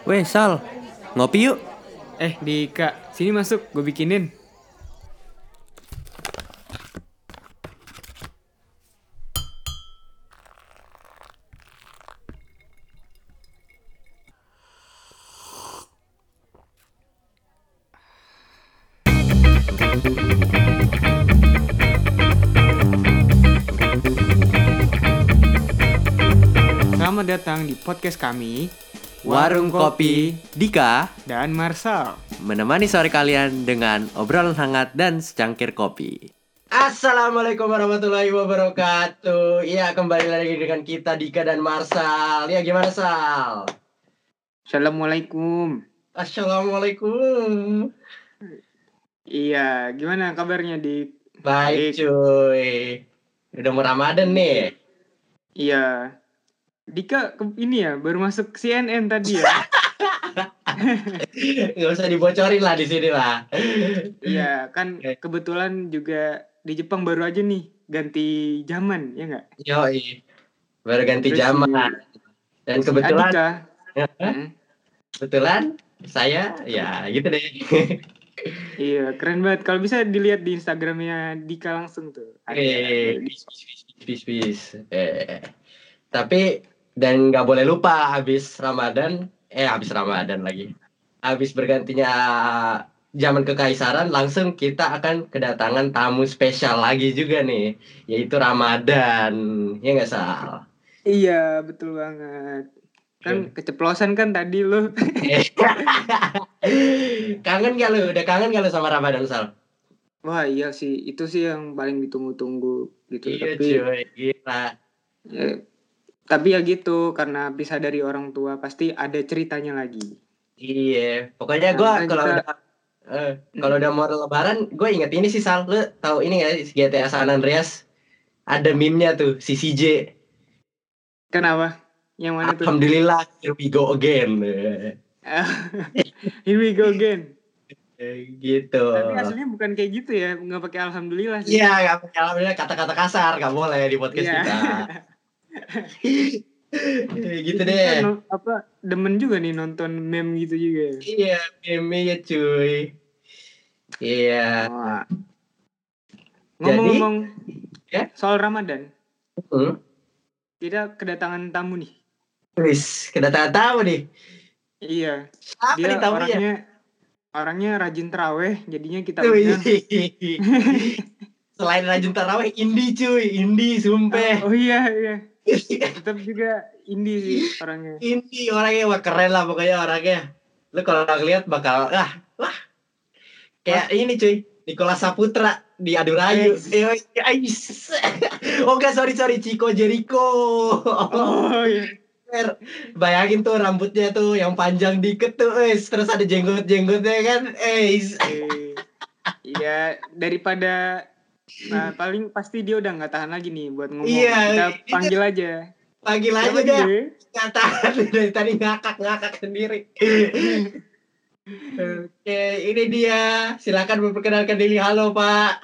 Weh Sal, ngopi yuk. Dika, sini masuk, gue bikinin. Selamat datang di podcast kami, Warung Kopi Dika dan Marsal. menemani sore kalian dengan obrolan hangat dan secangkir kopi. Assalamualaikum warahmatullahi wabarakatuh. Iya, kembali lagi dengan kita Dika dan Marsal. Ya, gimana Sal? Assalamualaikum. Assalamualaikum. Iya, gimana kabarnya di? Baik cuy. Udah mau Ramadan nih. Iya. Dika ini ya, baru masuk CNN tadi ya. Gak usah dibocorin lah di sini lah. Iya, kan kebetulan juga di Jepang baru aja nih ganti zaman, ya nggak? Yoi. Baru ganti Terus zaman. Dan si kebetulan Adika. kebetulan saya ya gitu deh. Iya, keren banget. Kalau bisa dilihat di Instagramnya Dika langsung tuh. Bis. Tapi dan nggak boleh lupa habis Ramadan lagi. Habis bergantinya zaman kekaisaran, langsung kita akan kedatangan tamu spesial lagi juga nih, yaitu Ramadan. Ya nggak Sal? Iya, betul banget. Kan keceplosan kan tadi lo. Kangen gak lu? Udah kangen gak lu sama Ramadan Sal? Wah, iya sih. Itu sih yang paling ditunggu-tunggu gitu. Iya Tapi cuy, gila. tapi ya gitu, karena bisa dari orang tua pasti ada ceritanya lagi. Iya, pokoknya Nah, gue makanya kalau udah mau lebaran, gue inget ini sih Sal. Lu tahu ini nggak GTA San Andreas? Ada meme-nya tuh, si CJ. Kenapa? Yang mana tuh? Alhamdulillah, here we go again. Here we go again. Gitu. Tapi aslinya bukan kayak gitu ya, nggak pakai alhamdulillah sih. Iya, nggak pakai alhamdulillah, kata-kata kasar nggak boleh di podcast Iya. kita. Gitu Jadi deh. kan, demen juga nih nonton meme gitu juga. Iya, meme ya cuy. Iya. Wah. Jadi, Ngomong-ngomong ya? soal Ramadan, kita kedatangan tamu nih. Wis, kedatangan tamu nih. Iya. Siapa Dia nih tamunya? orangnya rajin terawih, jadinya kita Wih. undang. Selain rajin tarawih, indie sumpah. Oh iya. Tetap juga indie sih orangnya. Indie orangnya, wah keren lah pokoknya orangnya. Lu kalau ngeliat bakal kayak ini cuy, Nicholas Saputra di Adu Rayu. Oh enggak, sorry, Chico Jericho. Oh iya. Bayangin tuh rambutnya tuh yang panjang dikit tuh, terus ada jenggot-jenggotnya kan. Iya, daripada paling pasti dia udah nggak tahan lagi nih buat ngomong. Iya, kita panggil aja. Panggil aja deh. Nggak tahan dari tadi ngakak sendiri. Oke, ini dia. Silakan memperkenalkan diri. Halo, Pak.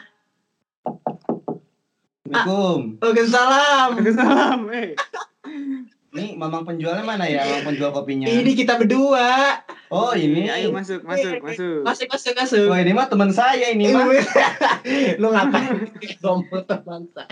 Assalamualaikum. Waalaikumsalam. Waalaikumsalam. Ini mamang penjualnya mana ya? Mamang penjual kopinya. Ini kita berdua. Oh, ini. Ayo masuk. Masuk. Oh, ini mah teman saya ini mah. Lu ngapain ngomong teman saya?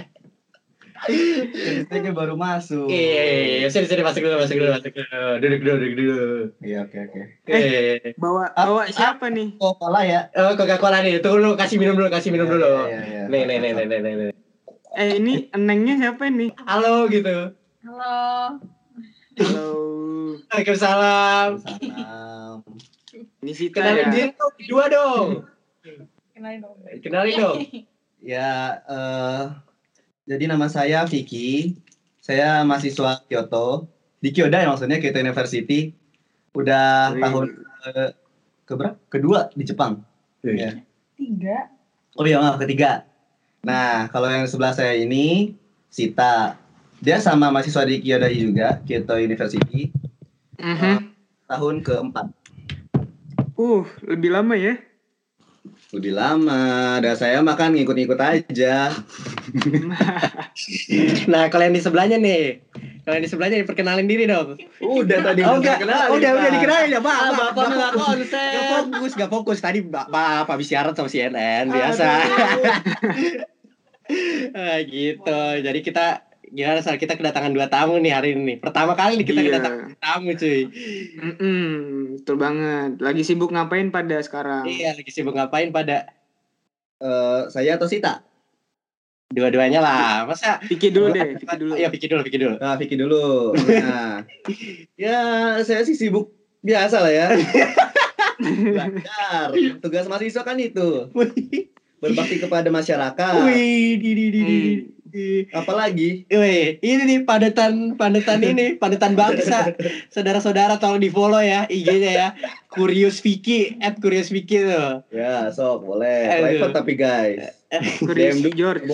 Saya baru masuk. Iya, sini masuk dulu. Duduk. Iya, oke. Bawa siapa nih? Oh, kalah ya. Oh, Coca-Cola nih. Tunggu dulu, kasih minum dulu. Iya. Nih. Ini enengnya siapa nih? Halo gitu. Halo. Waalaikumsalam. Salam. Ini Sita Kenalin ya. diri dong, berdua dong. Kenalin dong. Ya, jadi nama saya Vicky. Saya mahasiswa Kyoto. Di Kyoto ya maksudnya, Kyoto University. Udah tahun kedua di Jepang. Ya. 3. Oh iya, ketiga. Nah, kalau yang sebelah saya ini Sita. Dia sama mahasiswa di Kyoto juga, Kyoto University. Tahun keempat. Lebih lama ya? Lebih lama. Dan saya makan ngikut-ngikut aja. Nah, kalau yang di sebelahnya nih, Kalau yang di sebelahnya diperkenalin diri dong. Udah tadi Udah dikenalin ya, Pak. Bapak nggak konsen. Gak fokus. Tadi Bapak habis siaran sama CNN biasa. Gitu. Jadi kita gimana saat kita kedatangan 2 tamu nih hari ini. Pertama kali nih kita kedatangan tamu, cuy. Betul banget. Lagi sibuk ngapain pada sekarang? Iya, lagi sibuk ngapain pada? Saya atau Sita? Dua-duanya lah. Masa Vicky dulu deh, Vicky dulu. Iya, Vicky dulu. Nah, Vicky dulu. Nah, ya saya sih sibuk biasa lah ya. Belajar. Tugas mahasiswa kan itu. Berbakti kepada masyarakat. Wih, Apalagi? Wih, ini nih padetan bangsa. Saudara-saudara tolong di-follow ya IG-nya ya. Curious Vicky tuh. Ya, sok boleh. Aduh. Private tapi guys. Curious DM George.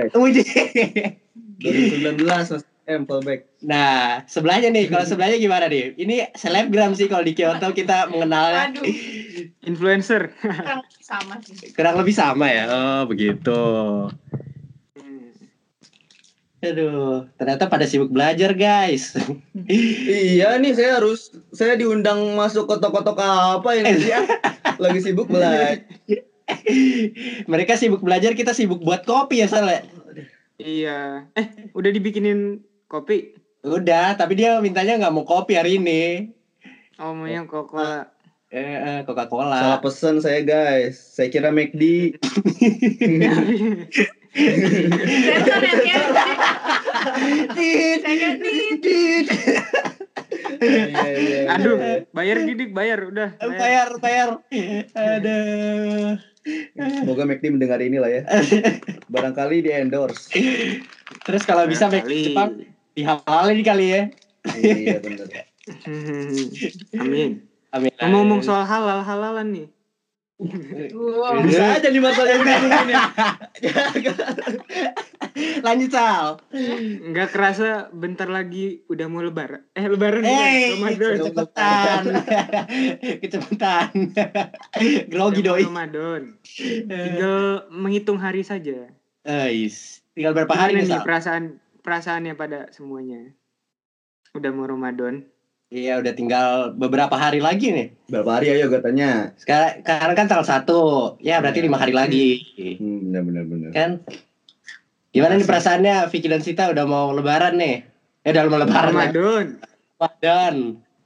2019 Mas fallback. Nah, sebelahnya nih, kalau sebelahnya gimana nih? Ini selebgram sih kalau di Kyoto kita mengenalnya. Waduh, Influencer. sama sih. Kurang lebih sama ya. Oh, begitu. Aduh, ternyata pada sibuk belajar, guys. Iya nih saya diundang masuk kotak-kotak apa ini sih? Lagi sibuk belajar. Mereka sibuk belajar, kita sibuk buat kopi ya, Sal. Iya. Udah dibikinin kopi? Udah, tapi dia mintanya nggak mau kopi hari ini. Oh, maunya Coca-Cola. Coca-Cola. Salah pesen saya guys. Saya kira McD. Sensor ya, Ken. Saya tit. Iya. Aduh, bayar Didik, bayar udah. Bayar. Aduh. Semoga McD mendengar ini lah ya. Barangkali di endorse. Terus kalau bisa make Barangkali. Jepang dihalalin kali ya. Iya benar. Amin. Amin. Ngomong soal halalan nih. Wow. Bisa aja nih masalahnya mungkin ya. Lanjut, Sal. Nggak kerasa bentar lagi udah mau lebaran. Lebaran Ramadan. Kecepatan. Grogi Udah mau doi. Ramadan. Tinggal menghitung hari saja. Tinggal berapa hari Gimana nih, nih Sal? perasaannya pada semuanya? Udah mau Ramadan. Iya, udah tinggal beberapa hari lagi nih. Berapa hari ayo katanya? Sekarang kan tanggal 1. Ya, berarti 5 hari lagi. Benar. Kan? Gimana nih perasaannya Vicky dan Sita udah mau lebaran nih? Udah mau lebaran ya? Ramadan.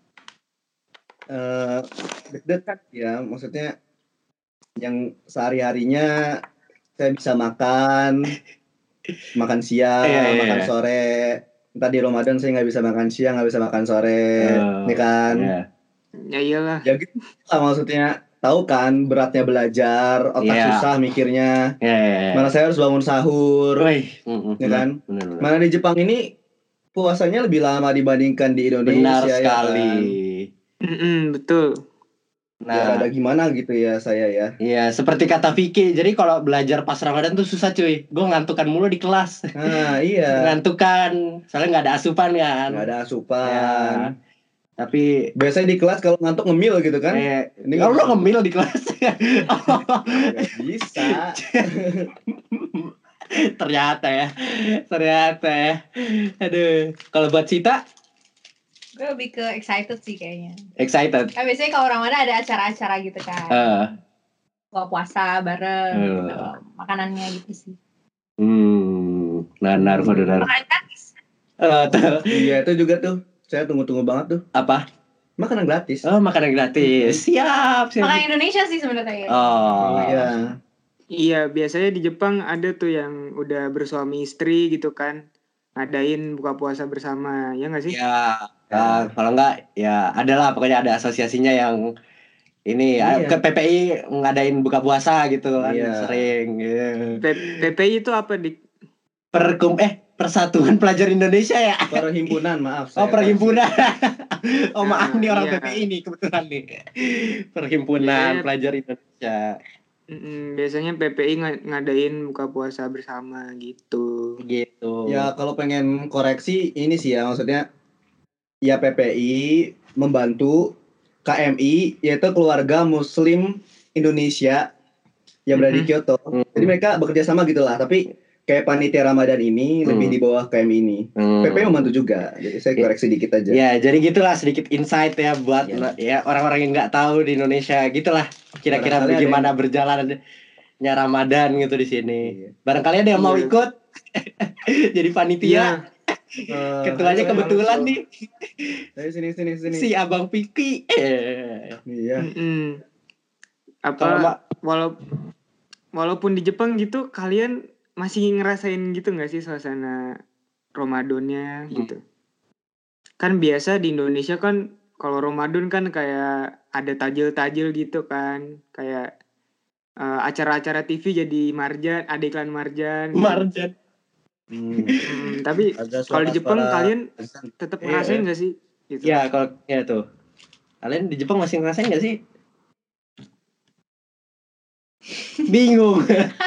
Deg-degan ya, maksudnya yang sehari-harinya saya bisa makan siang, Iya. makan sore. Entah di Ramadan saya nggak bisa makan siang, nggak bisa makan sore, nih kan? Iya. Ya iyalah. Ya gitu lah maksudnya. Tahu kan beratnya belajar, otak Iya. susah mikirnya. Iya. Mana saya harus bangun sahur, ya kan? Benar. Mana di Jepang ini puasanya lebih lama dibandingkan di Indonesia. Benar sekali. Ya kan? Betul. Ya, ada gimana gitu ya saya ya. Iya, seperti kata Vicky. Jadi kalau belajar pas Ramadan tuh susah, cuy. Gue ngantukan mulu di kelas. Nah, iya. Ngantukan. Soalnya nggak ada asupan kan. Nggak ada asupan. Ya. Tapi biasanya di kelas kalau ngantuk ngemil gitu kan. Ini kalau lo ngemil di kelas. Nggak bisa. Ternyata ya. Aduh. Kalau buat Sita? Gue lebih ke excited sih kayaknya. Excited. Kan biasanya kalau Ramadan ada acara-acara gitu kan. Buka puasa bareng, gitu. Makanannya gitu sih. Naruhodo. Makanan gratis. Iya itu juga tuh. Saya tunggu-tunggu banget tuh. Apa? Makanan gratis. Oh, makanan gratis. Siap. Makanan Indonesia sih sebenarnya. Oh. Iya. Iya, biasanya di Jepang ada tuh yang udah bersuami istri gitu kan. Ngadain buka puasa bersama, ya nggak sih? Ya, kalau enggak ya adalah pokoknya ada asosiasinya yang ini ke PPI ngadain buka puasa gitu kan sering. PPI itu apa dik? Persatuan Pelajar Indonesia ya. Perhimpunan, maaf. Perhimpunan. Maaf nih orang PPI nih kebetulan nih. Perhimpunan Pelajar Indonesia. Biasanya PPI ngadain buka puasa bersama gitu. Ya kalau pengen koreksi ini sih ya, maksudnya ya PPI membantu KMI yaitu Keluarga Muslim Indonesia yang berada di Kyoto. Jadi mereka bekerja sama gitulah, tapi kayak panitia Ramadan ini lebih di bawah KM ini. PP membantu juga. Jadi saya koreksi dikit aja. Ya, jadi gitulah sedikit insight ya buat ya orang-orang yang nggak tahu di Indonesia gitulah. Kira-kira bagaimana berjalannya Ramadan gitu di sini. Barangkali ada yang mau ikut jadi panitia. Ketuanya kebetulan nih. Sini. Si Abang Piki. Iya. Apa walaupun di Jepang gitu kalian masih ngerasain gitu nggak sih suasana Ramadannya gitu? Kan biasa di Indonesia kan kalau Ramadan kan kayak ada tajil-tajil gitu kan, kayak acara-acara TV jadi marjan, ada iklan marjan. Marjan. Tapi kalau di Jepang kalian tetap ngerasain nggak sih? Gitu. Ya kalau ya tuh, kalian di Jepang masih ngerasain nggak sih? Bingung.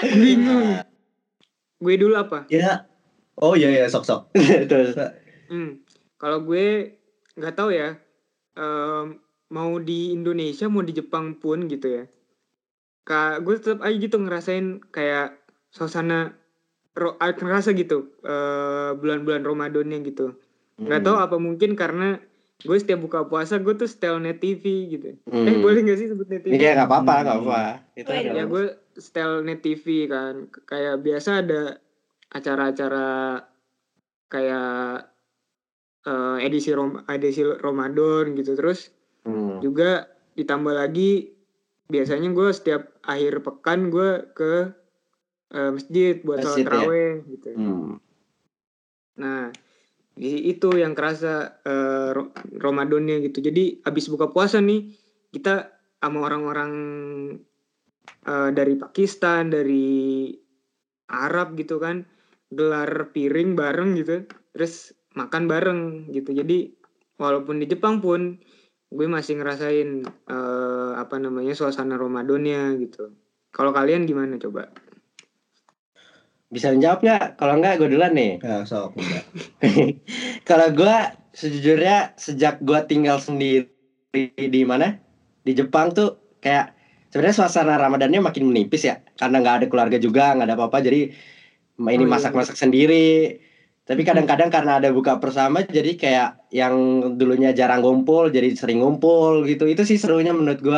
Gue dulu apa? Ya. Oh iya sok. Terus. Kalau gue nggak tahu ya, mau di Indonesia mau di Jepang pun gitu ya. Gue tetap aja gitu ngerasain kayak suasana ngerasa gitu bulan-bulan Ramadannya gitu. Nggak tahu apa mungkin karena gue setiap buka puasa gue tuh setel net TV gitu. Boleh nggak sih sebut net TV? Iya nggak apa-apa. Itu ya gue setel net TV kan. Kayak biasa ada acara-acara kayak edisi Ramadan gitu. Terus juga ditambah lagi biasanya gue setiap akhir pekan gue ke masjid buat sholat tarawih gitu. Nah itu yang kerasa Ramadannya gitu. Jadi abis buka puasa nih kita sama orang-orang dari Pakistan, dari Arab gitu kan, gelar piring bareng gitu, terus makan bareng gitu. Jadi walaupun di Jepang pun gue masih ngerasain suasana Ramadannya gitu. Kalau kalian gimana coba? Bisa menjawab nggak? Kalau nggak gue duluan nih. Ya sok. Kalau gue sejujurnya sejak gue tinggal sendiri di mana di Jepang tuh kayak sebenarnya suasana Ramadannya makin menipis ya, karena nggak ada keluarga juga, nggak ada apa-apa, jadi ini masak-masak sendiri. Tapi kadang-kadang karena ada buka bersama, jadi kayak yang dulunya jarang ngumpul jadi sering ngumpul gitu. Itu sih serunya menurut gue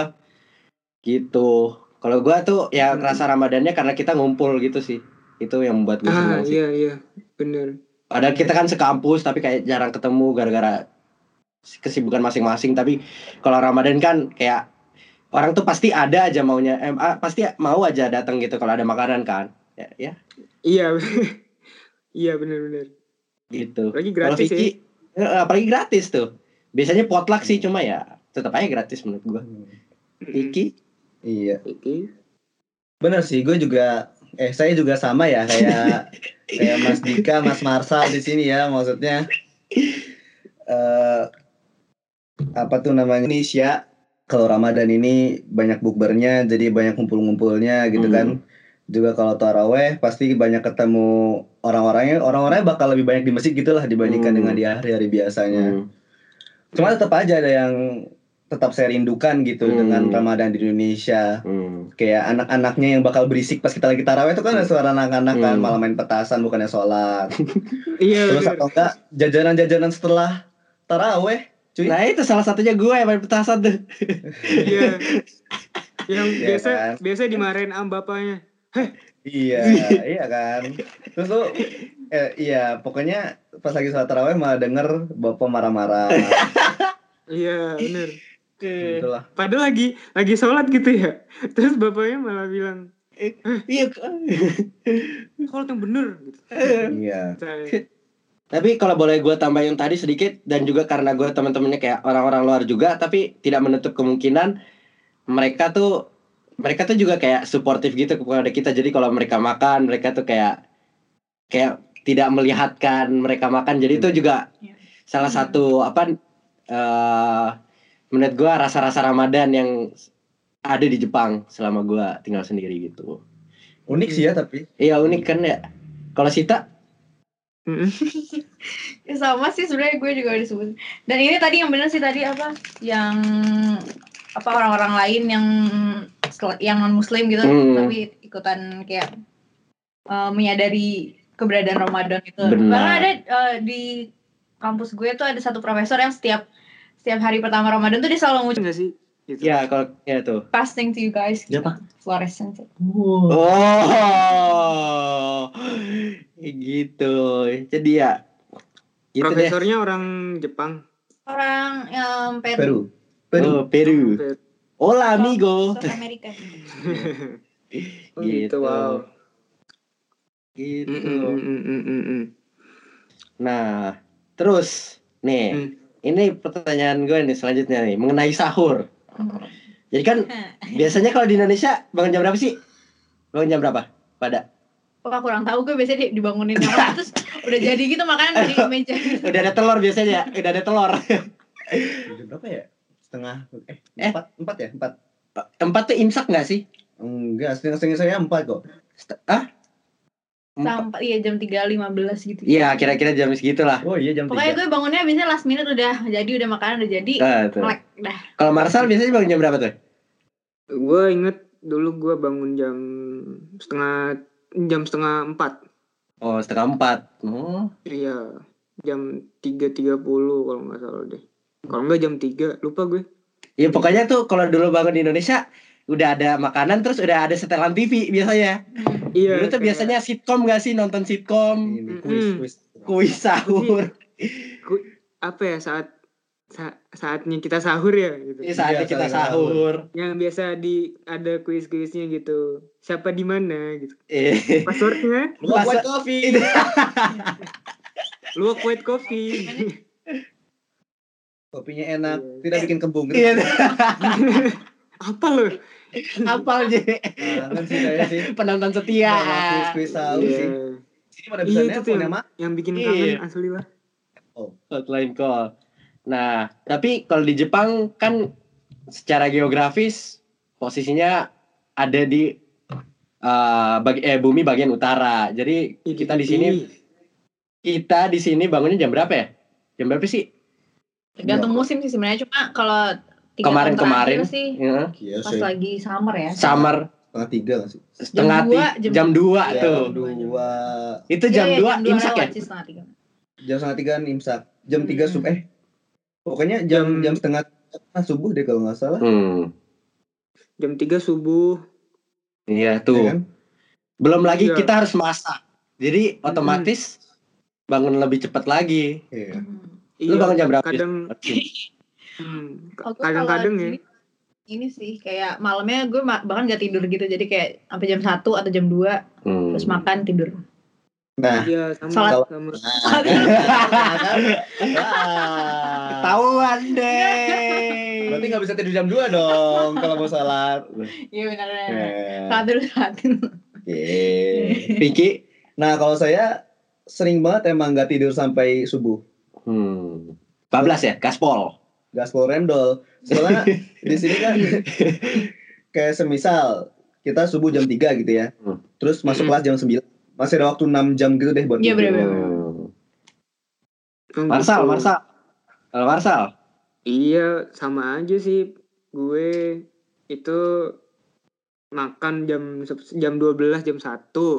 gitu. Kalau gue tuh ya rasa Ramadannya karena kita ngumpul gitu sih. Itu yang membuat gue senang sih. Iya, bener. Padahal kita kan sekampus tapi kayak jarang ketemu gara-gara kesibukan masing-masing. Tapi kalau Ramadan kan kayak orang tuh pasti ada aja maunya, pasti mau aja datang gitu kalau ada makanan kan. Ya. Iya. Iya bener. Gitu. Apalagi gratis apalagi gratis tuh. Biasanya potluck sih, cuma ya tetap aja gratis menurut gue. Iki? Iya. Bener sih, gue juga saya juga sama ya kayak Mas Dika, Mas Marsal di sini ya, maksudnya Indonesia kalau Ramadan ini banyak bukbernya, jadi banyak ngumpul-ngumpulnya gitu kan. Juga kalau taraweh pasti banyak ketemu orang-orangnya bakal lebih banyak di masjid gitulah dibandingkan dengan di hari-hari biasanya. Cuma tetap aja ada yang tetap saya rindukan gitu dengan Ramadan di Indonesia. Kayak anak-anaknya yang bakal berisik pas kita lagi taraweh itu kan ada suara anak-anak kan malah main petasan bukannya sholat. Iya. Terus atau enggak jajanan-jajanan setelah taraweh. Cuy. Nah itu salah satunya gue yang main petasan tuh. Iya. Yang biasa dimarahin bapaknya. Iya kan. Terus tuh pokoknya pas lagi sholat taraweh malah denger bapak marah-marah. Iya bener. Itulah. Padahal lagi sholat gitu ya. Terus bapaknya malah bilang, iya. Sholat yang bener gitu. Iya. Tapi kalau boleh gue tambahin tadi sedikit, dan juga karena gue teman-temannya kayak orang-orang luar juga, tapi tidak menutup kemungkinan mereka tuh juga kayak suportif gitu kepada kita. Jadi kalau mereka makan, mereka tuh kayak tidak melihatkan mereka makan. Jadi itu juga salah satu menurut gue rasa-rasa Ramadan yang ada di Jepang selama gue tinggal sendiri gitu. Unik sih ya tapi. Iya unik kan ya. Kalau Sita? Ya sama sih sebenarnya gue juga disebut. Dan ini tadi yang benar sih tadi yang orang-orang lain yang non muslim gitu tapi ikutan kayak menyadari keberadaan Ramadan itu. Benar. Karena ada di kampus gue tuh ada satu profesor yang setiap hari pertama Ramadan tuh dia selalu ngucapin Enggak sih? Gitu. Ya kalau ya tuh. fasting to you guys. Siapa? Fluorescent. Oh, gitu. Jadi ya. Gitu Profesornya orang Jepang. Orang Peru. deh. Oh, Peru. Hola amigo. South America. Gitu. Wow. Gitu. Nah, terus nih, ini pertanyaan gue nih selanjutnya nih mengenai sahur. Jadi kan biasanya kalau di Indonesia bangun jam berapa sih? Bangun jam berapa? Pada? Pokoknya kurang tahu, gue biasanya dibangunin sama terus udah jadi gitu makanan di meja. Udah ada telur biasanya, udah ada telur. Jam berapa ya? Setengah. 4 ya? 4. 4 tuh imsak nggak sih? Enggak, setengah saya 4 kok. Sampai iya jam 3.15 gitu. Iya, kira-kira jam segitu lah. Oh iya jam 3. Pokoknya gue bangunnya biasanya last minute udah makanan udah jadi. Melek dah. Kalau Marsal biasanya bangun jam berapa tuh? Gue inget dulu gue bangun jam setengah 4. Oh, setengah 4. Oh. Iya, jam 3.30 kalau nggak salah deh. Kalau nggak jam 3, lupa gue. Ya pokoknya tuh kalau dulu bangun di Indonesia udah ada makanan terus udah ada setelan TV biasanya. Iya. Dulu tuh biasanya sitkom gak sih, nonton sitkom, Ini kuis sahur. Apa ya saatnya kita sahur ya gitu. Saatnya kita sahur. Yang biasa ada kuis-kuisnya gitu. Siapa di mana gitu. Passwordnya Luwak white coffee. Luwak white coffee. Kopinya enak, tidak bikin kembung. Apa lo? Apal aja. Kan sih saya sih. Penonton setia. Kuis sahur sih. Sini pada bisa nelpon ya, Mak. Yang bikin kangen asli lah. Hotline call. Nah, tapi kalau di Jepang kan secara geografis posisinya ada di bumi bagian utara. Jadi kita di sini bangunnya jam berapa ya? Jam berapa sih? Tergantung musim sih sebenarnya, cuma kalau kemarin sih ya. pas lagi summer ya. Summer Setengah 3 nggak sih? jam 2 tuh. Jam 2. Itu jam 2 imsak ya? Jam setengah 3 imsak. Jam 3 pokoknya jam setengah subuh deh kalau nggak salah. Jam 3 subuh. Iya tuh. Ya kan? Belum lagi kita harus masak. Jadi otomatis bangun lebih cepat lagi. Iya. Lu bangun jam berapa? Kadang-kadang ya. Ini sih kayak malamnya gue bahkan gak tidur gitu, jadi kayak sampai jam 1 atau jam 2 terus makan tidur. Nah, iya sama. Ketahuan deh. Berarti nggak bisa tidur jam 2 dong kalau mau salat. Iya benar. Salat. Vicky? Nah kalau saya sering banget emang nggak tidur sampai subuh. Bablas ya, gaspol remdol. Soalnya di sini kan kayak semisal kita subuh jam 3 gitu ya. Terus masuk kelas jam 9. Masih ada waktu 6 jam gitu deh buat tidur. Iya benar. Marsal. Iya, sama aja sih. Gue itu makan jam 12, jam 1.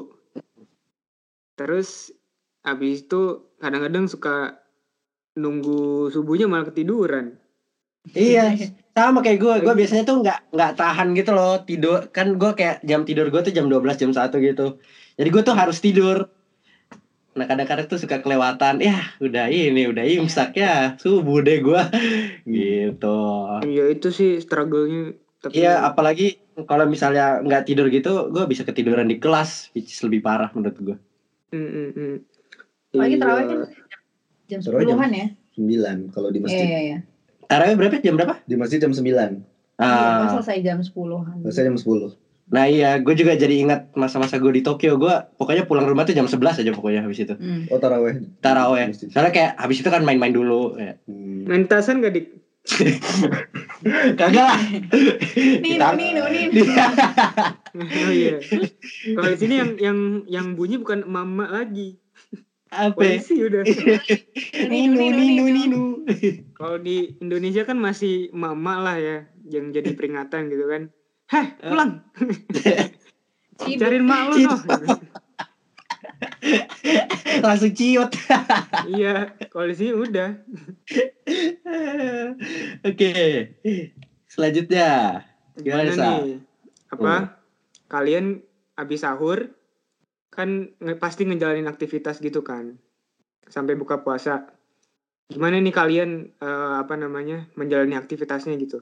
Terus habis itu kadang-kadang suka nunggu subuhnya malah ketiduran. Iya, sama kayak gue biasanya tuh nggak tahan gitu loh tidur. Kan gue kayak jam tidur gue tuh jam 12, jam 1 gitu. Jadi gue tuh harus tidur. Nah kadang-kadang tuh suka kelewatan. Ya udah imsak ya subuh deh gue. Gitu. Ya itu sih struggle-nya. Iya, apalagi kalau misalnya nggak tidur gitu, gue bisa ketiduran di kelas, which is lebih parah menurut gue. Lagi terawih kan jam 10-an ya? 9 kalau di masjid. Iya. Tarawih berapa? Jam berapa? Di masjid jam 9. Iya, selesai jam 10-an. Selesai jam 10. Nah iya, gue juga jadi ingat masa-masa gue di Tokyo. Gue pokoknya pulang rumah tuh jam 11 aja pokoknya habis itu. Oh taraweh. Soalnya kayak habis itu kan main-main dulu. Ya. Main tasan gak dik? Kagak lah. Nino. Oh iya. Kalau di sini yang bunyi bukan emak-emak lagi. Apa? Polisi udah. Nino. Kalau di Indonesia kan masih emak-emak lah ya, yang jadi peringatan gitu kan. Heh, pulang. Cariin mak lu noh. Langsung ciut. Iya, kalau di sini udah. Oke. Selanjutnya. Gimana, Sa? nih? Apa? Kalian habis sahur kan pasti ngejalanin aktivitas gitu kan sampai buka puasa. Gimana nih kalian menjalani aktivitasnya gitu?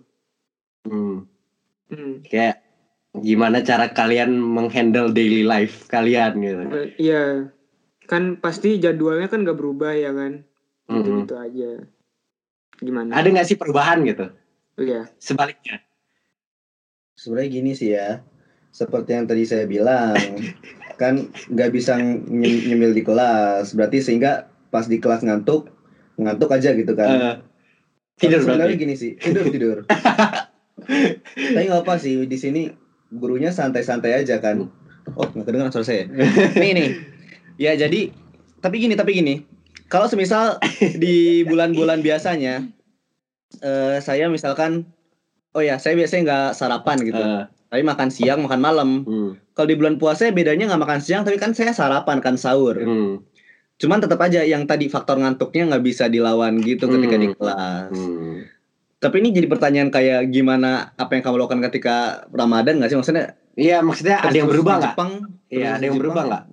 Kayak gimana cara kalian menghandle daily life kalian gitu? Iya, kan pasti jadwalnya kan nggak berubah ya kan? Gitu-gitu aja. Gimana? Ada nggak sih perubahan gitu? Iya. Sebaliknya. Sebenarnya gini sih ya, seperti yang tadi saya bilang, kan nggak bisa nyemil di kelas, berarti sehingga pas di kelas ngantuk aja gitu kan. Tidur sebenarnya berarti. gini sih, tidur. Tapi nggak apa sih, di sini gurunya santai-santai aja kan. Oh, nggak kedengeran suara saya. Nih. Ya jadi, tapi gini. Kalau semisal di bulan-bulan biasanya, saya misalkan, saya biasanya nggak sarapan gitu. Tapi makan siang, makan malam. Kalau di bulan puasa bedanya nggak makan siang, tapi kan saya sarapan kan sahur. Cuman tetap aja yang tadi faktor ngantuknya nggak bisa dilawan gitu ketika di kelas. Tapi ini jadi pertanyaan kayak gimana apa yang kamu lakukan ketika Ramadan nggak sih, maksudnya? Iya, maksudnya ada yang berubah nggak? Iya, ada yang berubah nggak?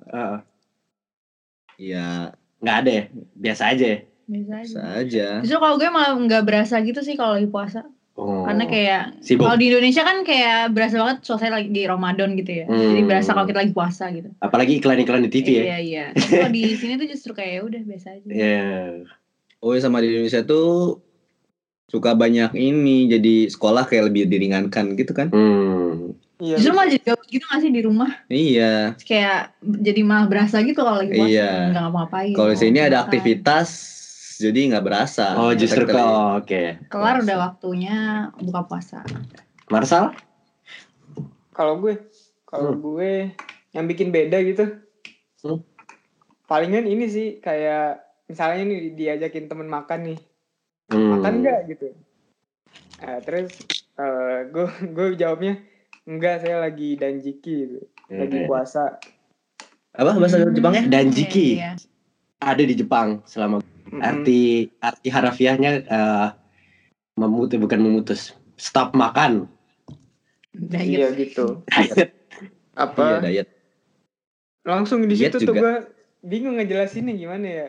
Iya. Nggak ada ya? Biasa aja ya? Biasa aja. Justru kalau gue malah nggak berasa gitu sih kalau lagi puasa. Karena kayak kalau di Indonesia kan kayak berasa banget suasana lagi di Ramadan gitu ya. Jadi berasa kalau kita lagi puasa gitu. Apalagi iklan-iklan di TV ya. Iya. Tapi kalau di sini tuh justru kayak udah biasa aja. Iya. Sama di Indonesia tuh suka banyak ini, jadi sekolah kayak lebih diringankan gitu kan. Iya, justru malah jadi gabut gitu gak sih di rumah? Iya. Kayak jadi malah berasa gitu kalau lagi puasa. Iya. Nggak ngapa-ngapain. Kalau di sini ada aktivitas, jadi nggak berasa. Oh, justru oke. Kelar udah waktunya buka puasa. Marsal? Kalau gue yang bikin beda gitu. Palingan ini sih kayak misalnya nih diajakin temen makan nih. Makan nggak gitu. Terus gue jawabnya enggak, saya lagi danjiki gitu. Lagi puasa. Apa bahasa Jepangnya? Danjiki. Iya. Ada di Jepang selama arti harafiahnya bukan memutus. Stop makan. Diet. Iya gitu. Iya, diet. Langsung di situ tuh juga. gue bingung ngejelasinnya gimana ya.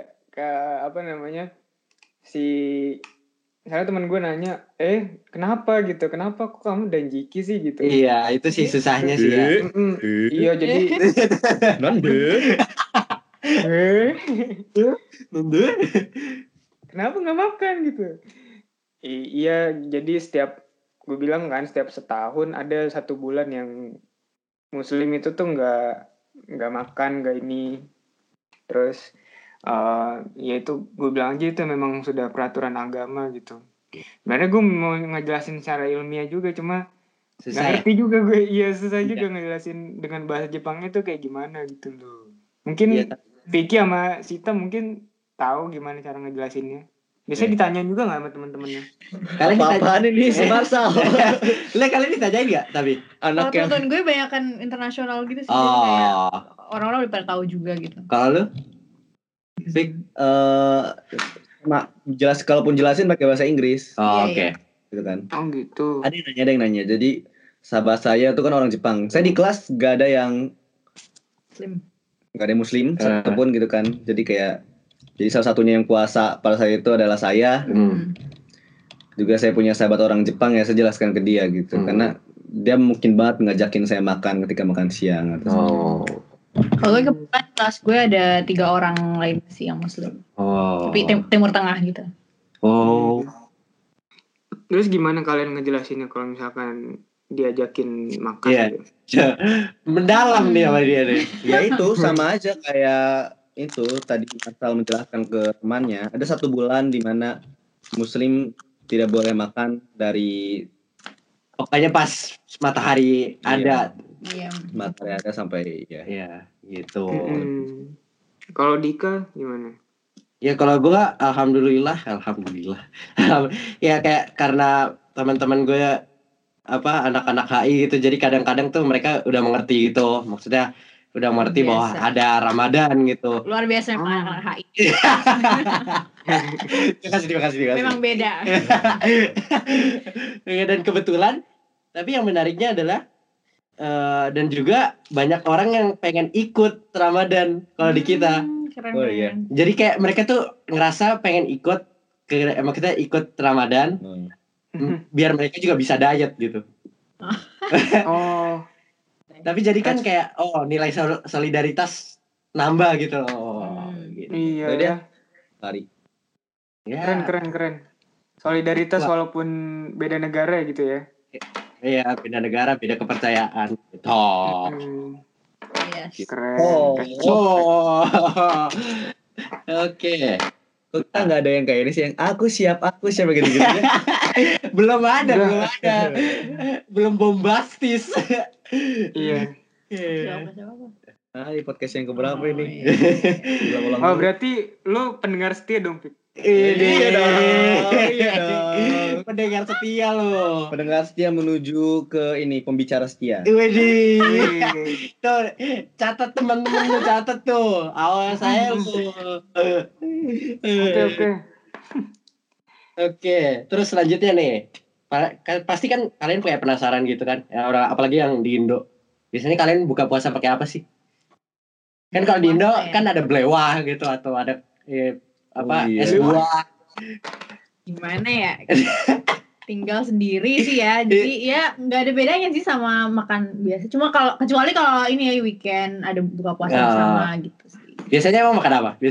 Misalnya teman gue nanya, kenapa gitu? Kenapa kok kamu danjiki sih gitu? Iya, itu sih susahnya sih ya. Iya, jadi kenapa nggak makan gitu? Iya, jadi gue bilang kan setiap setahun ada 1 bulan yang Muslim itu tuh nggak makan, nggak ini. Terus ya itu gue bilang aja itu memang sudah peraturan agama gitu. Sebenarnya gue mau ngejelasin secara ilmiah juga, cuma nggak ngerti juga gue. Iya, susah juga ngejelasin dengan bahasa Jepangnya tuh kayak gimana gitu loh. Mungkin Vicky sama Sita mungkin tahu gimana cara ngejelasinnya. Biasanya ditanyain juga nggak sama teman-temannya? Kalian Apa-apaan ini Marsal? Kalian ditanyain nggak tapi? Kalau temen gue banyakan internasional gitu sih. Jadi kayak orang-orang udah pada tahu juga gitu. Kalau lu? Fik, kalaupun jelasin pakai bahasa Inggris. Oke. Gitu kan. Oh gitu. Ada yang nanya. Jadi sahabat saya itu kan orang Jepang. Saya di kelas gak ada yang Muslim satupun gitu kan. Jadi salah satunya yang puasa pada saat itu adalah saya. Juga saya punya sahabat orang Jepang ya, saya jelaskan ke dia gitu. Karena dia mungkin banget ngajakin saya makan ketika makan siang atau Kalau gue kebetulan kelas gue ada 3 orang lain sih yang Muslim. Tapi Timur Tengah gitu. Terus gimana kalian ngejelasinnya kalau misalkan diajakin makan gitu? Mendalam nih sama dia nih. Ya itu sama aja kayak itu tadi Marsal menjelaskan ke temannya. Ada 1 bulan di mana Muslim tidak boleh makan dari pokoknya pas matahari ada. Iya. Matahari ada sampai ya gitu. Kalau Dika gimana? Ya kalau gue alhamdulillah. Ya kayak karena teman-teman gue anak-anak HI gitu, jadi kadang-kadang tuh mereka udah mengerti gitu. Maksudnya udah ngerti bahwa Biasa. ada Ramadan gitu. Luar biasa memang anak-anak HI. Terima kasih. Memang beda. Dan kebetulan, tapi yang menariknya adalah dan juga banyak orang yang pengen ikut Ramadan kalau di kita. Keren. Oh, iya. Jadi kayak mereka tuh ngerasa pengen ikut emang kita ikut Ramadan biar mereka juga bisa diet gitu. Oh, Tapi jadi kan kayak nilai solidaritas nambah gitu. Gitu. iya Jadi ya. Lari. Ya. Keren. Solidaritas walaupun beda negara gitu ya. Iya, beda negara, beda kepercayaan. Gitu. Yes. Keren. Oke. Kok kita nggak ada yang kayak ini sih, yang aku siap gitu-gitu ya? belum ada. Belum bombastis. Iya. Siapa? Di podcast yang keberapa ini? Iya. Ulang-ulang Oh, dulu. berarti lu pendengar setia dong, Pik? Iya dong. Pendengar setia loh. Pendengar setia menuju ke ini pembicara setia. Widih. Tuh, catat teman-teman lu, catat tuh. Awal saya lu. Oke. Oke, terus selanjutnya nih. Pasti kan kalian kayak penasaran gitu kan. Ya, apalagi yang di Indo. Biasanya kalian buka puasa pakai apa sih? Kan kalau di Indo kan ada blewah gitu atau ada es buah. Gimana ya? Tinggal sendiri sih ya. Jadi ya nggak ada bedanya sih sama makan biasa. Cuma kecuali kalau ini ya weekend ada buka puasa bersama gitu sih. Biasanya emang makan apa?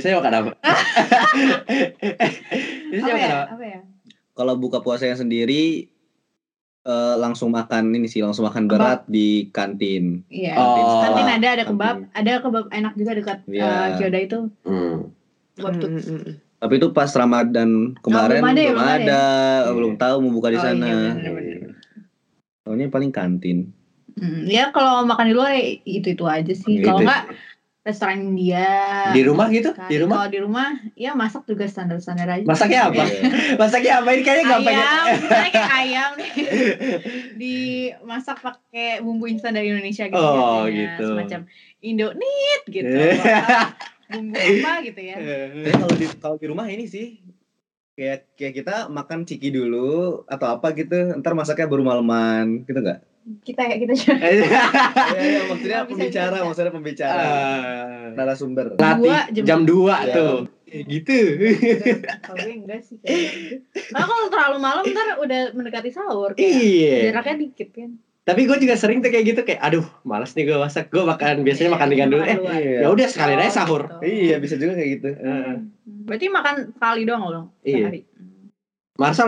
Apa ya? Kalau buka puasanya sendiri langsung makan berat di kantin. Iya. Oh. Kantin ada Kantin. kebab, ada kebab enak juga dekat Iya. Kyoda itu. Kebab tuh. Tapi itu pas Ramadan kemarin belum ada. belum tahu mau buka di sana. Iya, bener. Soalnya paling kantin. Ya kalau makan di luar itu aja sih. Kalau Gitu. enggak restoran India. Di rumah gitu? Kan. Di rumah? Kalau di rumah ya masak juga standar-standar aja. Masaknya apa? Masaknya apa? Ini kayaknya gampang. Misalnya kayak ayam nih dimasak pakai bumbu instan dari Indonesia gitu. Oh, biasanya. gitu. Semacam Indomie gitu. Bumbu apa gitu ya. Tapi kalau di rumah ini sih kayak kita makan ciki dulu atau apa gitu, ntar masaknya baru malaman gitu nggak? Kita juga. Iya, maksudnya Bisa. pembicara. Narasumber. Latih jam 2 tuh. Gitu. Kalau gue enggak sih. Karena kalau terlalu malam ntar udah mendekati sahur. Iya. Jaraknya dikit kan. Tapi gue juga sering tuh kayak gitu, kayak aduh malas nih gue masak. Gue biasanya makan dengan dulu. Iya. Ya udah sekalian aja sahur. Gitu. Iya, bisa juga kayak gitu. Berarti makan sekali doang loh Iya. sehari. Marsal.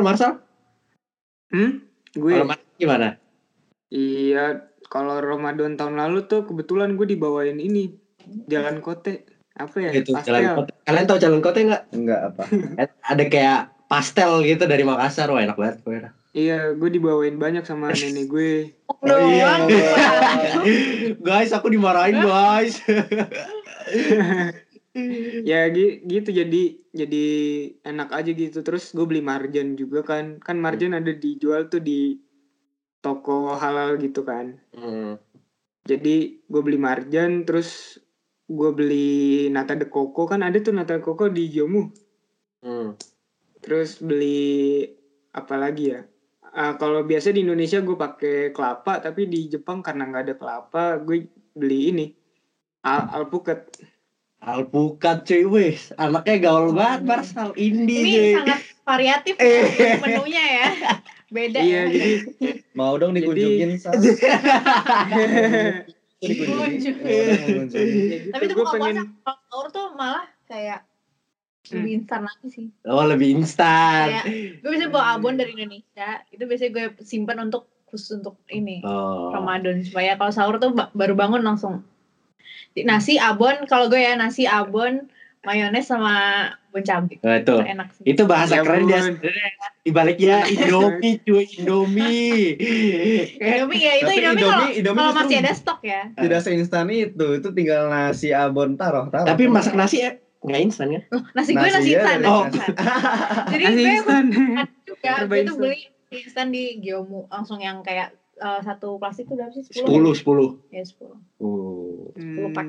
Gue. Kalau masak gimana? Iya, kalau Ramadan tahun lalu tuh kebetulan gue dibawain ini Jalan Kote. Apa ya? Itu Pastel. jalan kote. Kalian tahu jalan kote nggak? Enggak apa. Ada kayak pastel gitu dari Makassar. Wah enak banget gue. Iya, gue dibawain banyak sama nenek gue. Doang. Guys, aku dimarahin guys. Ya gitu jadi enak aja gitu. Terus gue beli marjan juga kan marjan ada dijual tuh di toko halal gitu kan. Jadi gue beli marjan, terus gue beli nata de coco, kan ada tuh nata de coco di Jomu. Terus beli apa lagi ya? Kalau biasa di Indonesia gue pakai kelapa, tapi di Jepang karena nggak ada kelapa, gue beli ini alpukat. Alpukat cuy, wih, anaknya gaul banget, Marsal. Indie Ini cuy. sangat variatif ya, menunya ya. Beda Iya, ya. jadi Mau dong dikunjungin Sal. Dikunjung. Tapi itu gue buka puasa pengen kalau sahur tuh malah kayak lebih instan lagi sih. Oh, lebih instan. Kayak gue biasanya bawa abon dari Indonesia, itu biasanya gue simpan khusus untuk ini Ramadan, supaya kalau sahur tuh baru bangun langsung nasi abon. Kalau gue ya nasi abon, mayones sama bon cabai. Itu enak sih. Itu bahasa Ya keren dia. ampun. Di baliknya Indomie cuy, Indomie. Indomie ya, itu Tapi Indomie Indomie kalau justru masih ada stok ya. Tidak seinstan itu tinggal nasi abon taruh. Tapi masak nasi ya nggak instan kan? Loh, nasi gue Nasi nasi ya, instan. oh. Jadi nasi gue instan. juga Serba gue tuh instan. beli instan di Gyomu langsung yang kayak satu plastik itu berapa sih? 10. Ya 10. Oh. 10 pack.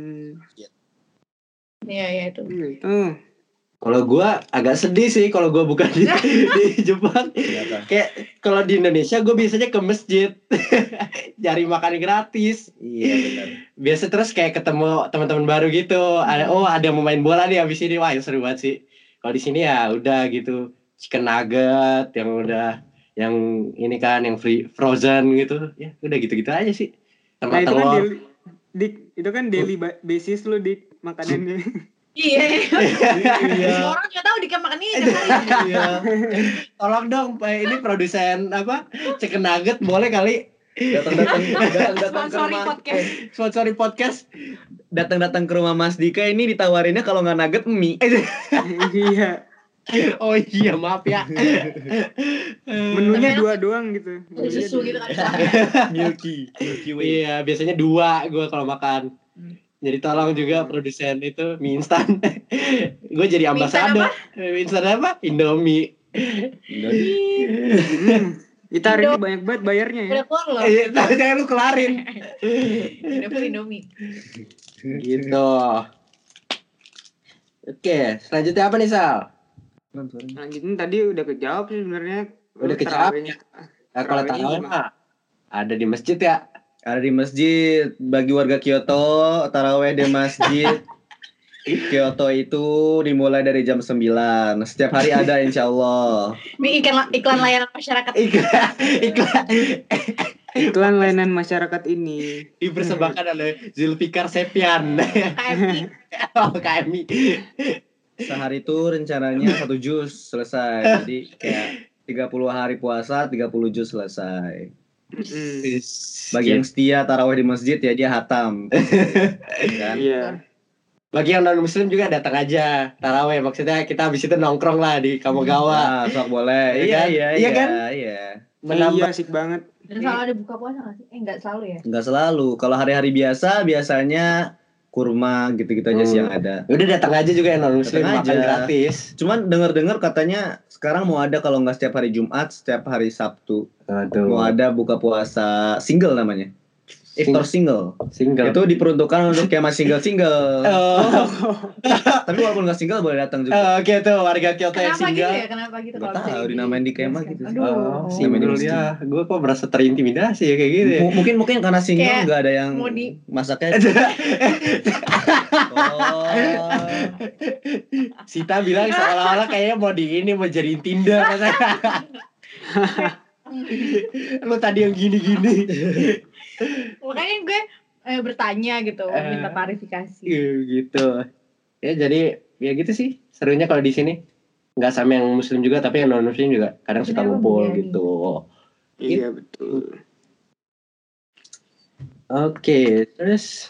Iya itu. Kalau gua agak sedih sih kalau gua bukan di Jepang. Kayak kalau di Indonesia gua biasanya ke masjid cari makan gratis. Iya benar. Biasa terus kayak ketemu teman-teman baru gitu. Ada mau main bola nih habis ini. Wah, seru banget sih. Kalau di sini ya udah gitu. Chicken nugget yang ini kan yang frozen gitu. Ya udah gitu-gitu aja sih. Sama Nah itu kan telur. itu kan daily basis lu Dik makanannya. Iya. Iya. Semua orang juga tahu Dika makan ini tiap hari. Iya. Tolong dong, ini produsen chicken nugget boleh kali Datang ke Sponsori rumah. podcast. sponsori podcast. Datang ke rumah Mas Dika ini ditawarinnya kalau nggak nugget mie. Iya. Oh iya, maaf ya. Menunya Tapi 2 doang gitu. Ada susu gitu kan. Milky Way. Iya, biasanya 2 gue kalau makan. Jadi tolong juga produsen itu mie instan. Gue jadi Mie instan ambasador. Mie instan apa? Indomie. Kita hari ini banyak banget bayarnya ya. Udah keluar loh. Jangan lu kelarin. Udah full Indomie. Gitu. Oke, selanjutnya apa nih, Sal? Lanjutin tadi udah kejawab sih sebenarnya. Udah kejawab. Terawihnya. Nah, kalau Terawihnya tarawih gimana? mah ada di masjid ya. Ada di masjid. Bagi warga Kyoto, taraweh di masjid Kyoto itu dimulai dari jam 9. Setiap hari ada insya Allah. Ini iklan layanan masyarakat. Iklan layanan masyarakat ini. Dipersembahkan oleh Zulfikar Septian. KMI. Oh, KMI. Sehari itu rencananya 1 juz selesai. Jadi kayak 30 hari puasa, 30 juz selesai. Bagi yang setia taraweh di masjid ya dia hatam. Kan? Iya. Bagi yang non muslim juga datang aja taraweh, maksudnya kita habis itu nongkrong lah di Kamogawa. Nah, sok boleh. Iya kan? Iya kan? Iya. Menambah Asik banget. Dan selalu ada buka puasa nggak sih? Enggak selalu ya. Enggak selalu. Kalau hari-hari biasanya kurma gitu-gitu aja sih yang ada. udah datang aja juga yang non muslim Datang makan aja. gratis. Cuman dengar katanya sekarang mau ada kalau nggak setiap hari Jumat, setiap hari Sabtu. Mau ada buka puasa single namanya. Iftar single. Itu diperuntukkan untuk yang masih single. Oh. Tapi walaupun nggak single boleh datang juga. Oke tuh warga Kyoto yang Kenapa gitu single. ya? Kenapa gitu? Nggak kalau tahu, bisa dinamain di kemah gitu. Aduh. Single ya. Gue kok merasa terintimidasi ya kayak gitu ya. Mungkin karena single Kayak nggak ada yang mau di- masaknya. Oh. Sita bilang seolah-olah kayaknya mau jadiin Tinder. Lu tadi yang gini-gini. Makanya gue bertanya gitu, minta klarifikasi. Gitu. Ya jadi ya gitu sih. Serunya kalau di sini nggak sama yang muslim juga tapi yang non muslim juga kadang suka Kenapa ngumpul begini? gitu. Iya betul. Oke, terus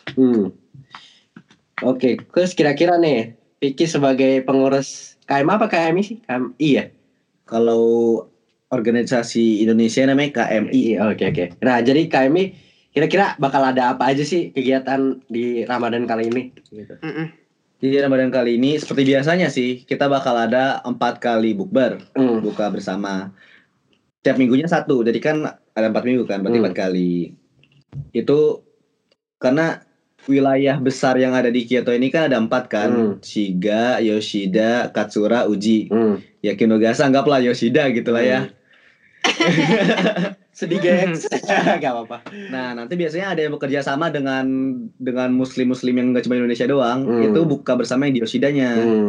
Oke, terus kira-kira nih Vicky sebagai pengurus KM apa KMI sih? KMI ya? Kalau organisasi Indonesia namanya KMI. Oke. Nah, jadi KMI kira-kira bakal ada apa aja sih kegiatan di Ramadan kali ini? Gitu. Jadi Ramadan kali ini seperti biasanya sih kita bakal ada 4 kali bukber, buka bersama. Tiap minggunya 1, jadi kan ada 4 minggu kan, berarti 4 kali. Itu karena wilayah besar yang ada di Kyoto ini kan ada 4 kan, Shiga, Yoshida, Katsura, Uji. Ya Kinogasa anggaplah Yoshida gitulah ya. Sedih gengs. Gak apa-apa. Nah nanti biasanya ada yang bekerja sama dengan muslim-muslim yang nggak cuma Indonesia doang, itu buka bersama yang di Yoshidanya.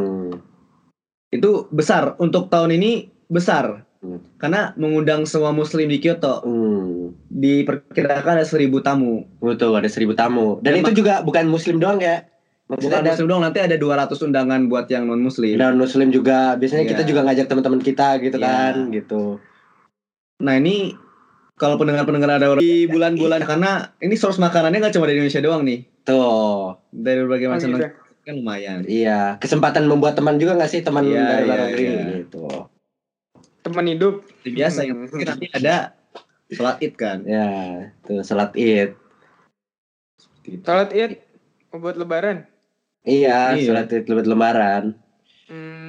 Itu besar untuk tahun ini besar. Karena mengundang semua muslim di Kyoto. Diperkirakan ada 1.000 tamu. Betul, ada 1.000 tamu. Dan itu juga bukan muslim doang ya. Bukan muslim doang, nanti ada 200 undangan buat yang non muslim. Dan muslim juga. Biasanya kita Iya. juga ngajak teman-teman kita gitu Iya. kan, gitu. Nah ini kalau pendengar-pendengar ada orang di bulan-bulan, karena ini source makanannya nggak cuma dari Indonesia doang nih. Tuh. Dari berbagai macam gitu. negara kan lumayan. Iya, kesempatan membuat teman juga nggak sih teman Iya, dari luar iya, negeri iya. gitu. Teman hidup. Seperti biasa yang mungkin nanti ada sholat id kan. Ya, tuh salat Id. Salat Id buat lebaran. Iya, Iya. salat Id lebaran.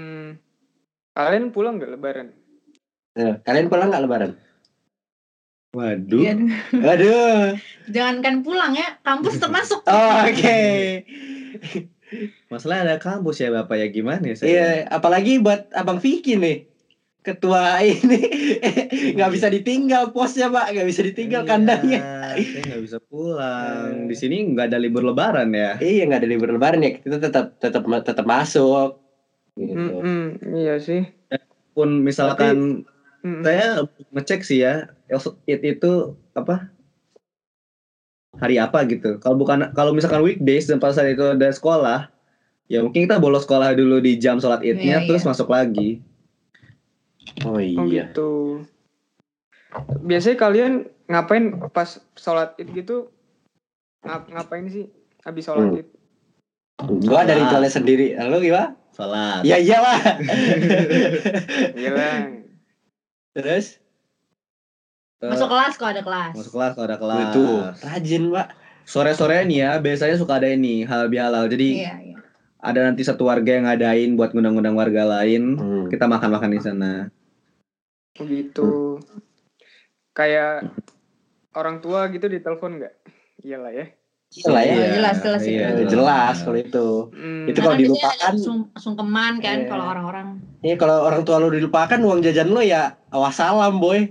Kalian pulang nggak lebaran? Kalian pulang nggak lebaran? Waduh. Iya. Aduh. Jangankan pulang ya, kampus tetap masuk. Oh, oke. Masalah ada kampus ya Bapak ya, gimana ya saya? Iya, apalagi buat Abang Vicky nih. Ketua ini nggak bisa ditinggal posnya, Pak. Nggak bisa ditinggal kandangnya. Saya nggak bisa pulang. Di sini nggak ada libur lebaran ya. Iya, nggak ada libur lebaran ya. Kita tetap masuk. Gitu. Iya sih. Pun misalkan saya ngecek sih ya, itu apa? Hari apa gitu. Kalau misalkan weekdays dan pas saat itu ada sekolah, ya mungkin kita bolos sekolah dulu di jam sholat Idnya, Iya, terus iya. masuk lagi. Oh Oh iya. gitu. Biasanya kalian ngapain pas sholat Id gitu? Ngapain sih habis sholat Id? Gua dari ritualnya sendiri. Lalu gimana? Sholat. Ya iyalah. Iyalah. Terus? Masuk kelas kalau ada kelas. Masuk kelas kalau ada kelas. Itu rajin, Pak. Sore-sore nih ya, biasanya suka ada ini halal bihalal. Jadi Iya, iya. ada nanti satu warga yang ngadain buat ngundang-ngundang warga lain. Hmm. Kita makan-makan di sana. Gitu. Kayak orang tua gitu ditelepon nggak? Iyalah ya. Iyalah ya. Iya, Jelas itu. iya. Jelas kalau itu. Itu kalau Karena biasanya dilupakan. agak sungkeman kan Iya. kalau orang-orang. Iya, kalau orang tua lu dilupakan, uang jajan lu ya wassalam, boy.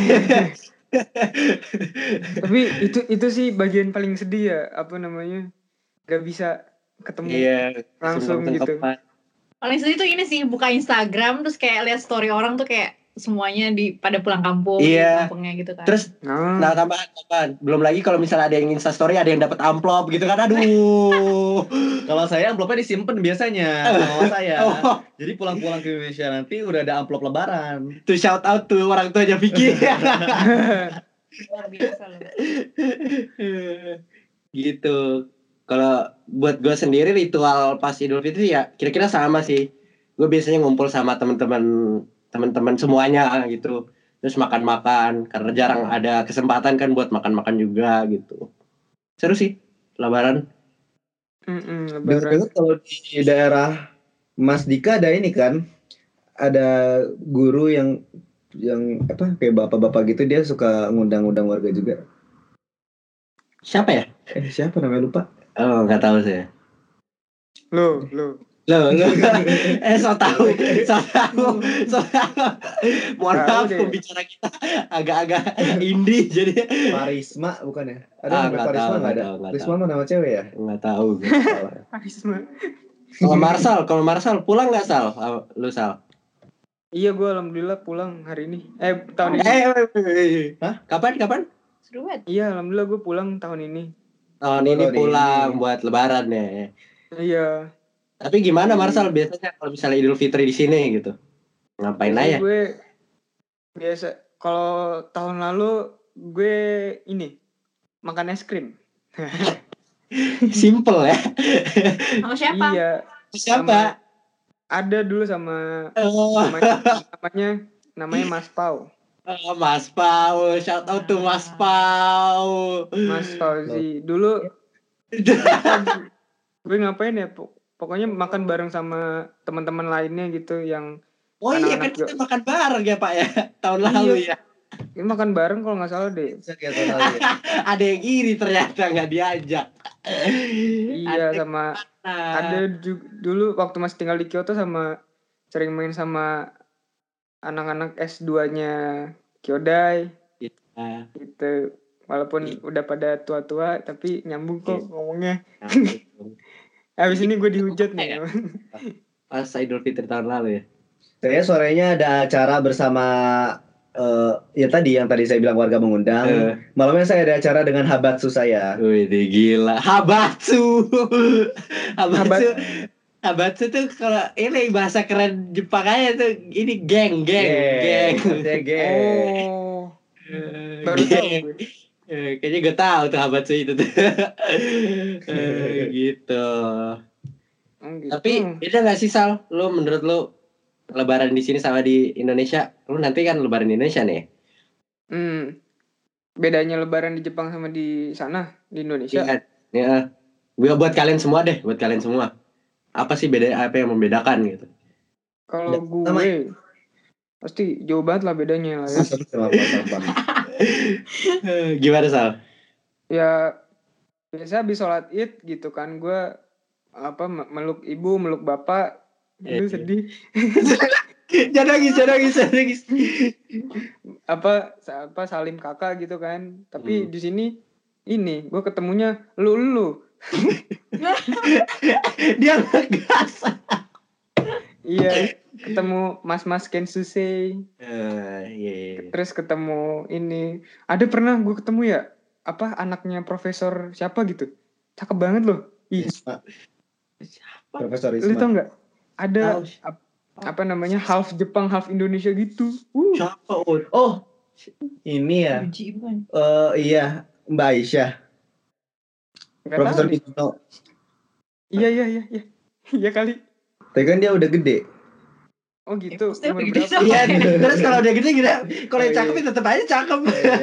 Tapi itu sih bagian paling sedih ya, apa namanya? Gak bisa ketemu Iya. langsung gitu. Paling sedih tuh ini sih, buka Instagram terus kayak lihat story orang tuh kayak semuanya pada pulang kampung, Iya. kampungnya gitu kan. Terus Nah, tambahan. Belum lagi kalau misalnya ada yang Instastory, ada yang dapat amplop gitu kan. Aduh. Kalau saya amplopnya disimpan biasanya sama saya. Oh, Jadi pulang-pulang ke Indonesia nanti udah ada amplop lebaran. tuh shout out tuh orang tuanya Vicky. Luar biasa loh. Gitu. Kalau buat gue sendiri ritual pas Idul Fitri ya kira-kira sama sih. Gue biasanya ngumpul sama teman-teman semuanya gitu. Terus makan-makan karena jarang ada kesempatan kan buat makan-makan juga gitu. Seru sih Lebaran. lebaran. Dengar kalau di daerah Mas Dika ada ini kan, ada guru yang apa kayak bapak-bapak gitu, dia suka ngundang-undang warga juga. Siapa ya? Siapa namanya lupa? Oh, nggak tahu saya. Lo. Lo. So tahu. Mohon Tahu maaf deh. pembicara kita agak-agak indie jadi. Parisma bukan ya? Ada Ah, namanya nggak Parisma tahu, nggak ada? nggak tahu, nggak Parisma tahu. mah nama cewek ya? Nggak tahu. Karisma. Kalau Marsal pulang nggak Sal? Lu Sal? Iya, gue alhamdulillah pulang hari ini. Tahun ini. Hah? Kapan? Seru banget. Iya, alhamdulillah gue pulang tahun ini. Tahun ini Tahun pulang ini. buat Lebaran ya. Iya. Tapi gimana Marsal biasanya kalau misalnya Idul Fitri di sini gitu? Ngapain Biasanya aja? gue biasa kalau tahun lalu gue ini makan es krim. Simple ya. Sama siapa? Iya. Siapa? Ada dulu sama Oh, namanya Mas Pau. Mas Pau, shout out to Mas Pau. Mas Fauzi. Dulu gue ngapain ya? Pokoknya makan bareng sama teman-teman lainnya gitu yang Oh iya kan anak-anak kita makan bareng ya Pak ya tahun Iya. lalu ya. ini makan bareng kalau nggak salah deh. Bisa kayak tahun lalu ya. Ada yang iri ternyata nggak diajak. Iya, sama ada dulu waktu masih tinggal di Kyoto sering main sama anak-anak S2-nya Kyodai Nah, gitu. Walaupun udah pada tua-tua tapi nyambung kok ngomongnya. Habis ini gue dihujat nih. pas Idul Fitri tahun lalu ya. Saya sorenya ada acara bersama ya tadi yang tadi saya bilang warga mengundang. Malamnya saya ada acara dengan habatsu saya. Wih, gila. Habatsu tuh kalau ini bahasa keren Jepang aja tuh ini geng. Artinya geng. Oh, baru tahu gue. Kayaknya gue tahu tuh Habatsu itu tuh. Gitu. Gitu. Tapi beda nggak sih Sal? Lu menurut lu Lebaran di sini sama di Indonesia? Lu nanti kan Lebaran di Indonesia nih. Bedanya Lebaran di Jepang sama di sana di Indonesia. Iya. Buat kalian semua deh, Apa sih apa yang membedakan gitu? Kalau gue pasti jauh banget lah bedanya lah ya. Sama. Gimana Sal? Ya biasa habis sholat id gitu kan, gue meluk ibu, meluk bapak, itu sedih. Jangan nangis. apa salim kakak gitu kan, tapi di sini ini gue ketemunya lu. Dia ngegas. Iya, ketemu mas Kensusei. Iya. Terus ketemu ini, ada pernah gue ketemu ya, anaknya profesor siapa gitu, cakep banget loh. Ih, Profesor lu Isma. tau nggak? Ada namanya half Jepang half Indonesia gitu. Siapa? Oh, ini ya. Uji bukan? Iya, Mbak Aisyah. Nggak Profesor tahu nih. Isma. Iya. Iya kali. Tapi kan dia udah gede. Oh gitu. Maksudnya Umur gede berapa? sama. Iya, terus kalau udah gitu gila. Kalau yang cakep iya. tetap aja cakep.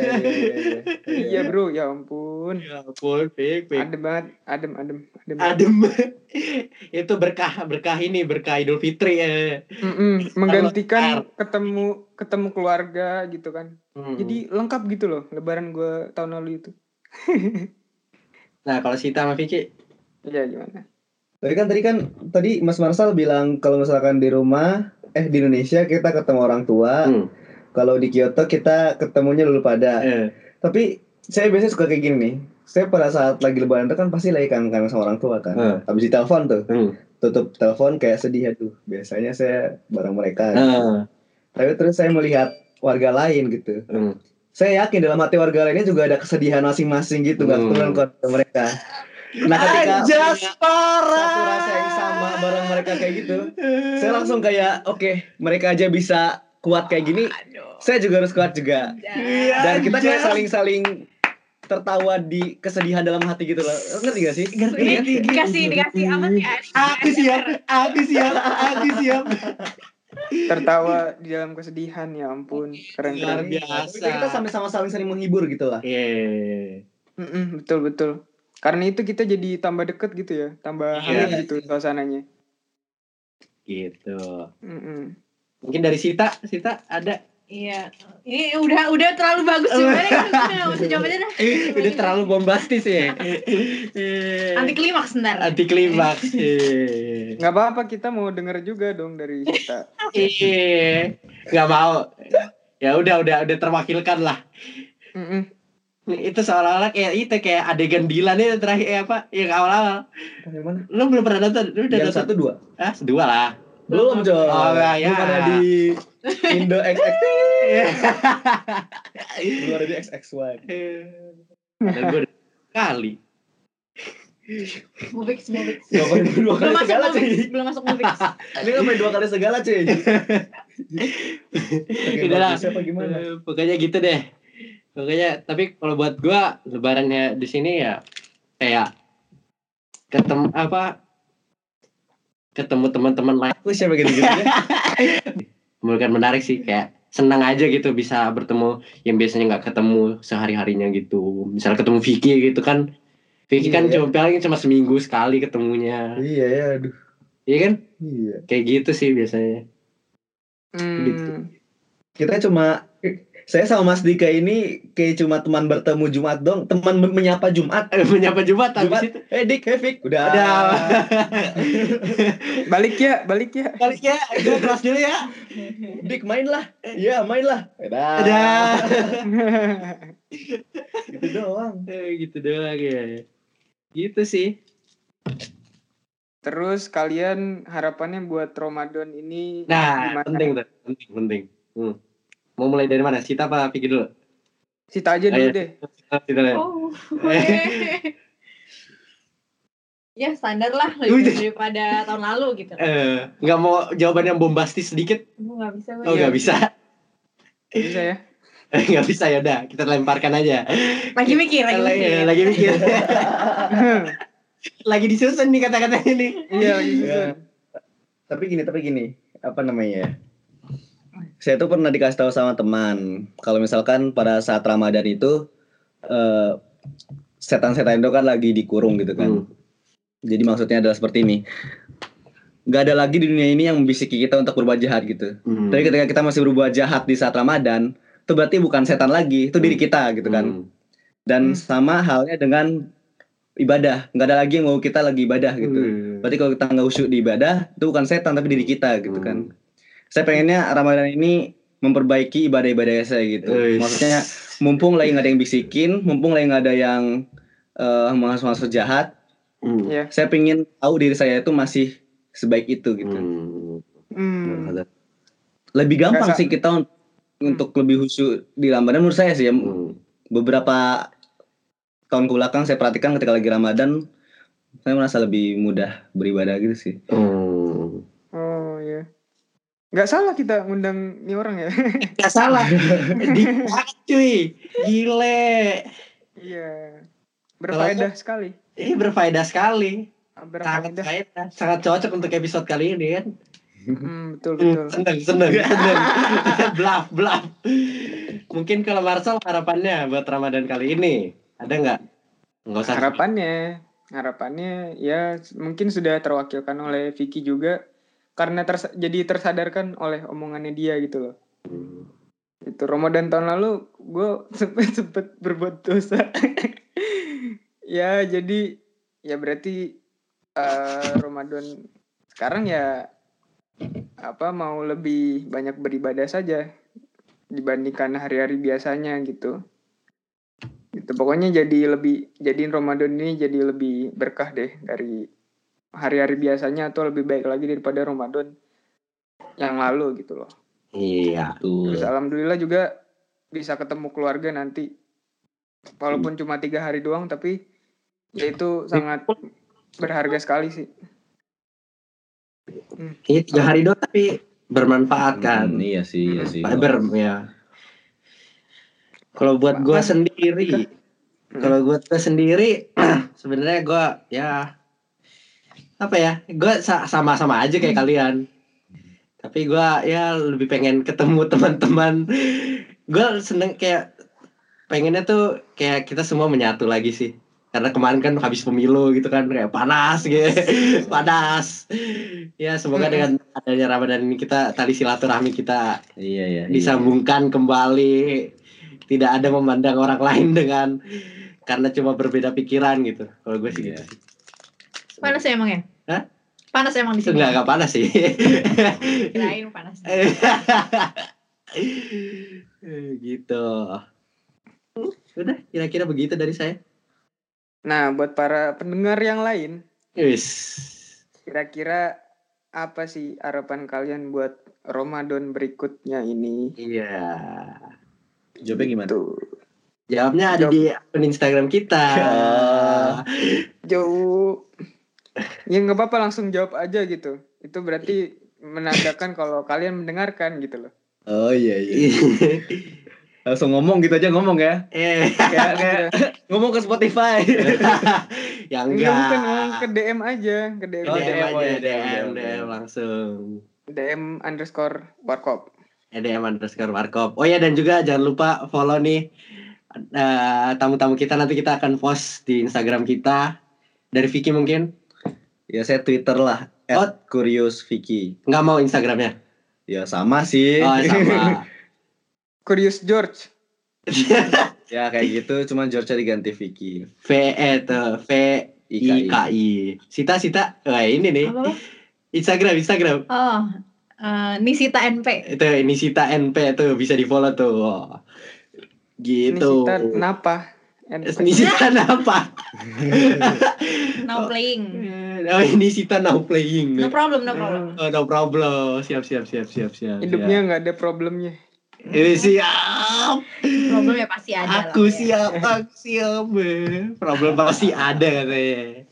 Iya bro, ya ampun. Ya ampun, Pik. Adem banget, adem. Adem. Itu berkah ini, berkah Idul Fitri ya. Menggantikan ketemu keluarga gitu kan. Jadi lengkap gitu loh Lebaran gue tahun lalu itu. Nah, kalau Sita sama Vicky, Iya gimana? Tadi Mas Marsal bilang kalau misalkan di Indonesia kita ketemu orang tua. Kalau di Kyoto kita ketemunya dulu pada. Tapi saya biasanya suka kayak gini nih. Saya pada saat lagi Lebaran itu kan pasti lagi kangen sama orang tua kan. Habis ditelepon tuh. Tutup telepon kayak sedih aduh. Biasanya saya bareng mereka. Tapi terus saya melihat warga lain gitu. Saya yakin dalam hati warga lainnya juga ada kesedihan masing-masing gitu. Gak kebetulan keluarga mereka. Nah ketika satu rasa yang sama bareng mereka kayak gitu, saya langsung kayak oke, mereka aja bisa kuat kayak gini, saya juga harus kuat juga. Dan kita kayak saling tertawa di kesedihan dalam hati gitu loh. Ngerti gak sih? Dikasih apa sih? Aku siap. Tertawa di dalam kesedihan, ya ampun, keren. Biasa. Kita sama-sama saling menghibur gitu lah. Iya. Betul. Karena itu kita jadi tambah deket gitu ya, tambah hangat gitu suasananya. Gitu. Mungkin dari Sita ada. Iya. Ini udah terlalu bagus juga nih. Enggak usah jawab aja dah. Udah terlalu bombastis ya. Anti klimaks ntar. Nggak apa-apa, kita mau denger juga dong dari Sita. Iya. Nggak mau. Ya udah terwakilkan lah. Itu seolah-olah kayak adegan Dilan itu terakhir yang awal-awal. Yang mana? Lu belum pernah nonton? Lu udah yang nonton? 1, 2? 2 lah. Belum coy. Oh ya. Belum ada di Indo XX. Belum ada di XXY. Dan gue kali. Mubix. Ngapain 2 kali segala cuy. Belum masuk Mubix. Ini ngapain 2 kali segala cuy. Udahlah. Siapa gimana? Pokoknya gitu deh. Tapi kalau buat gue lebarannya di sini ya kayak ketemu teman-teman lain. Aku siapa gitu-gitu ya. Bukan menarik sih, kayak senang aja gitu bisa bertemu yang biasanya nggak ketemu sehari-harinya gitu. Misal ketemu Vicky gitu kan. Vicky kan cuma seminggu sekali ketemunya. Iya ya, aduh. Iya kan? Iya. Kayak gitu sih biasanya. Gitu. Saya sama Mas Dika ini kayak cuma teman bertemu Jumat dong, teman menyapa Jumat. Menyapa Jumat habis itu. Dik, Vik, udah. Balik ya. Gue kelas dulu ya. Dik main lah. Iya, main lah. Udah. Gitu doang ya. Gitu sih. Terus kalian harapannya buat Ramadan ini Nah, gimana? penting. Mau mulai dari mana? Sita apa Vicky dulu? Sita aja dulu deh. Sita deh. Oh. Ya standar lah, lebih daripada tahun lalu gitu. Nggak mau jawaban yang bombastis sedikit? Nggak bisa. Oh nggak bisa. Bisa ya? Nggak bisa, ya udah kita lemparkan aja. Lagi mikir. Lagi mikir. Lagi disusun nih kata-katanya nih. Iya lagi susun. Tapi gini, apa namanya ya? Saya tuh pernah dikasih tahu sama teman, kalau misalkan pada saat Ramadan itu setan-setan itu kan lagi dikurung gitu kan. Jadi maksudnya adalah seperti ini. Gak ada lagi di dunia ini yang membisiki kita untuk berbuat jahat gitu. Tapi ketika kita masih berbuat jahat di saat Ramadan, itu berarti bukan setan lagi, itu diri kita gitu kan. Dan sama halnya dengan ibadah, nggak ada lagi yang mau kita lagi ibadah gitu. Berarti kalau kita nggak khusyuk di ibadah, itu bukan setan tapi diri kita gitu kan. Saya pengennya Ramadan ini memperbaiki ibadah-ibadah saya gitu. Maksudnya mumpung lagi nggak ada yang bisikin, mumpung lagi nggak ada yang masuk-masuk jahat, saya pengen tahu diri saya itu masih sebaik itu gitu. Lebih gampang sih kita untuk lebih khusyuk di Ramadan menurut saya sih ya. Beberapa tahun kebelakang saya perhatikan ketika lagi Ramadan, saya merasa lebih mudah beribadah gitu sih. Oh ya. Nggak salah kita ngundang nih orang ya. Nggak salah. Cuy. Gile. Iya. Berfaedah sekali. Berfaedah sekali. Berfaedah. Sangat cocok untuk episode kali ini kan. Betul. Seneng. Bluff. Mungkin kalau Marcel harapannya buat Ramadan kali ini ada nggak? Nggak usah. Harapannya ya mungkin sudah terwakilkan oleh Vicky juga karena jadi tersadarkan oleh omongannya dia gitu loh. Itu Ramadan tahun lalu gue sempet berbuat dosa. Ya jadi ya berarti Ramadan sekarang ya mau lebih banyak beribadah saja dibandingkan hari-hari biasanya gitu. Gitu pokoknya jadiin Ramadan ini jadi lebih berkah deh dari hari-hari biasanya atau lebih baik lagi daripada Ramadan yang lalu gitu loh. Iya. Terus alhamdulillah juga bisa ketemu keluarga nanti walaupun cuma 3 hari doang tapi ya itu sangat berharga sekali sih. 3 hari doang tapi bermanfaat kan. Iya sih. Ya. Kalau buat gue sendiri, sebenarnya gue ya apa ya? Gue sama-sama aja kayak kalian. Tapi gue ya lebih pengen ketemu teman-teman. Gue seneng kayak pengennya tuh kayak kita semua menyatu lagi sih. Karena kemarin kan habis pemilu gitu kan kayak panas gitu. Panas. Ya semoga dengan adanya Ramadan ini kita tali silaturahmi kita disambungkan kembali. Tidak ada memandang orang lain karena cuma berbeda pikiran gitu. Kalau gue sih gitu. Panas ya emang ya? Hah? Panas emang di sini. Enggak panas sih. Kirain panas. Gitu. Udah, kira-kira begitu dari saya. Nah, buat para pendengar yang lain, kira-kira apa sih harapan kalian buat Ramadan berikutnya ini? Iya. Jawabnya gimana? Jawabnya ada di akun Instagram kita. Jauh. Ya nggak apa-apa langsung jawab aja gitu. Itu berarti menandakan kalau kalian mendengarkan gitu loh. Oh iya. Langsung ngomong gitu aja ngomong ya. Kayak ngomong ke Spotify. Ya enggak bukan ngomong ke DM aja, ke DM. DM langsung. DM_warkop. DM_warkop. Oh ya, dan juga jangan lupa follow nih tamu-tamu kita. Nanti kita akan post di Instagram kita. Dari Vicky mungkin? Ya saya Twitter lah @curiousvicky. Nggak mau Instagramnya? Ya sama sih. Oh sama. Curious George. Ya kayak gitu, cuma George diganti Vicky. VIKI. Sita. Wah ini nih. Apa? Instagram. Oh, Nisita NP. Itu Nisita NP tuh bisa di follow tuh. Oh. Gitu. Nisita kenapa? Nisita kenapa? Now playing. Oh Nisita now playing. No problem. Oh, no problem. Siap. Hidupnya nggak ada problemnya. Ini siap. Problem ya pasti ada. Aku siap. Problem pasti ada katanya.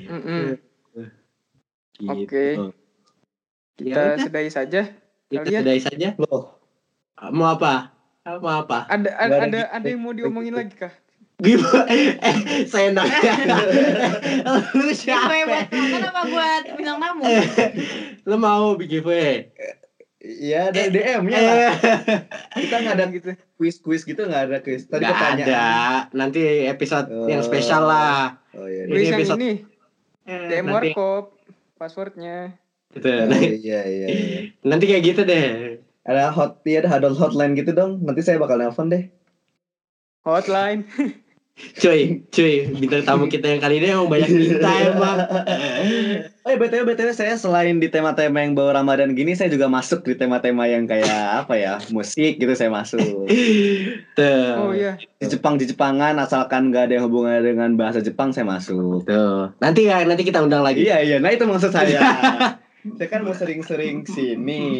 Gitu. Oke. Kita sudahi saja. Loh. Mau apa? Ada yang mau diomongin lagi kah? Gimana? Saya nanya. Lu siapa? Buat makan apa buat bintang tamu? Lu mau bikin giveaway? Iya, ada DM-nya lah. Kita nggak ada gitu quiz gitu, nggak ada quiz. Tadi nggak ada. Nanti episode yang spesial lah. Oh iya. Quiz yang episode ini. DM Warkop. Passwordnya. Gitu. Iya. Nanti kayak gitu deh. Ada hotline gitu dong. Nanti saya bakal nelpon deh. Hotline. Cuy, bintang tamu kita yang kali ini emang banyak minta emang. Oh ya, BTW saya selain di tema-tema yang bau Ramadan gini, saya juga masuk di tema-tema yang kayak apa ya, musik gitu saya masuk. Tuh. Oh iya. Di Jepangan asalkan nggak ada yang hubungannya dengan bahasa Jepang saya masuk. Tuh. Nanti kita undang lagi. Iya, nah itu maksud saya. Saya kan mau sering-sering sini.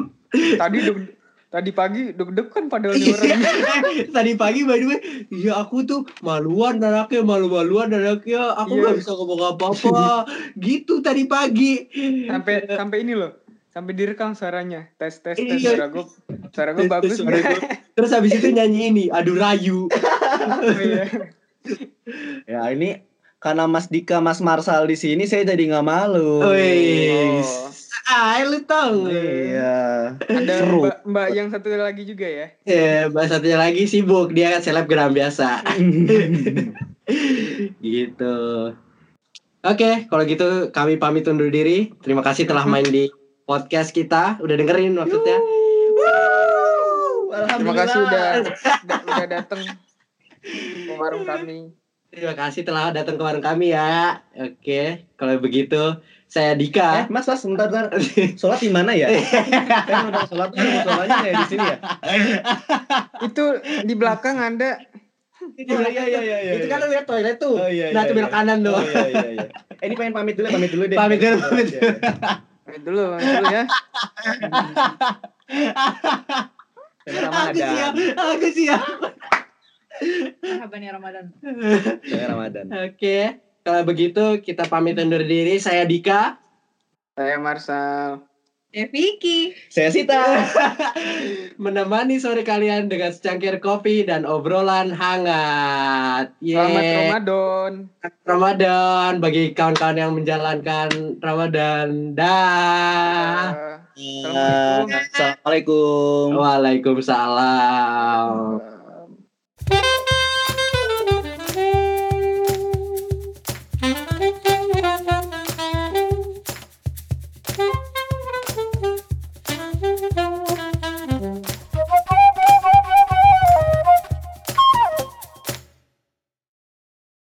Tadi pagi deg-degan padahal di orang. Tadi pagi by the way, ya aku tuh malu-maluan anaknya. Aku nggak bisa ngomong apa-apa. Gitu tadi pagi. Sampai ini loh. Sampai direkam suaranya. Tes Iya. suara gue bagus. Terus habis itu nyanyi ini, Adu Rayu. Oh, iya. Ya ini karena Mas Dika, Mas Marsal di sini saya jadi nggak malu. Wih. Lu tau. Iya. Ada Seru. mbak yang satu lagi juga ya. Mbak satunya lagi sibuk, dia kan selebgram biasa. Gitu. Oke, kalau gitu kami pamit undur diri. Terima kasih telah main di podcast kita, udah dengerin maksudnya. Terima kasih udah datang ke warung kami. Terima kasih telah datang ke warung kami ya. Oke, kalau begitu saya Dika. Mas, bentar. Sholat di mana ya? Saya udah sholatnya kayak di sini ya. Itu di belakang Anda. Iya. Itu kan lu lihat toilet tuh. Oh, iya, Nah, itu belok kanan tuh. Iya. Ini pengen pamit dulu deh. Pamit dulu. Pamit dulu ya. Aku siap. Sahabatnya Ramadan. Saya Ramadan. Oke, kalau begitu kita pamit undur diri. Saya Dika. Saya Marsal. Vicky. Saya Sita. Menemani sore kalian dengan secangkir kopi dan obrolan hangat. Selamat Ramadan bagi kawan-kawan yang menjalankan Ramadan. Dah. Assalamualaikum. Assalamualaikum. Waalaikumsalam.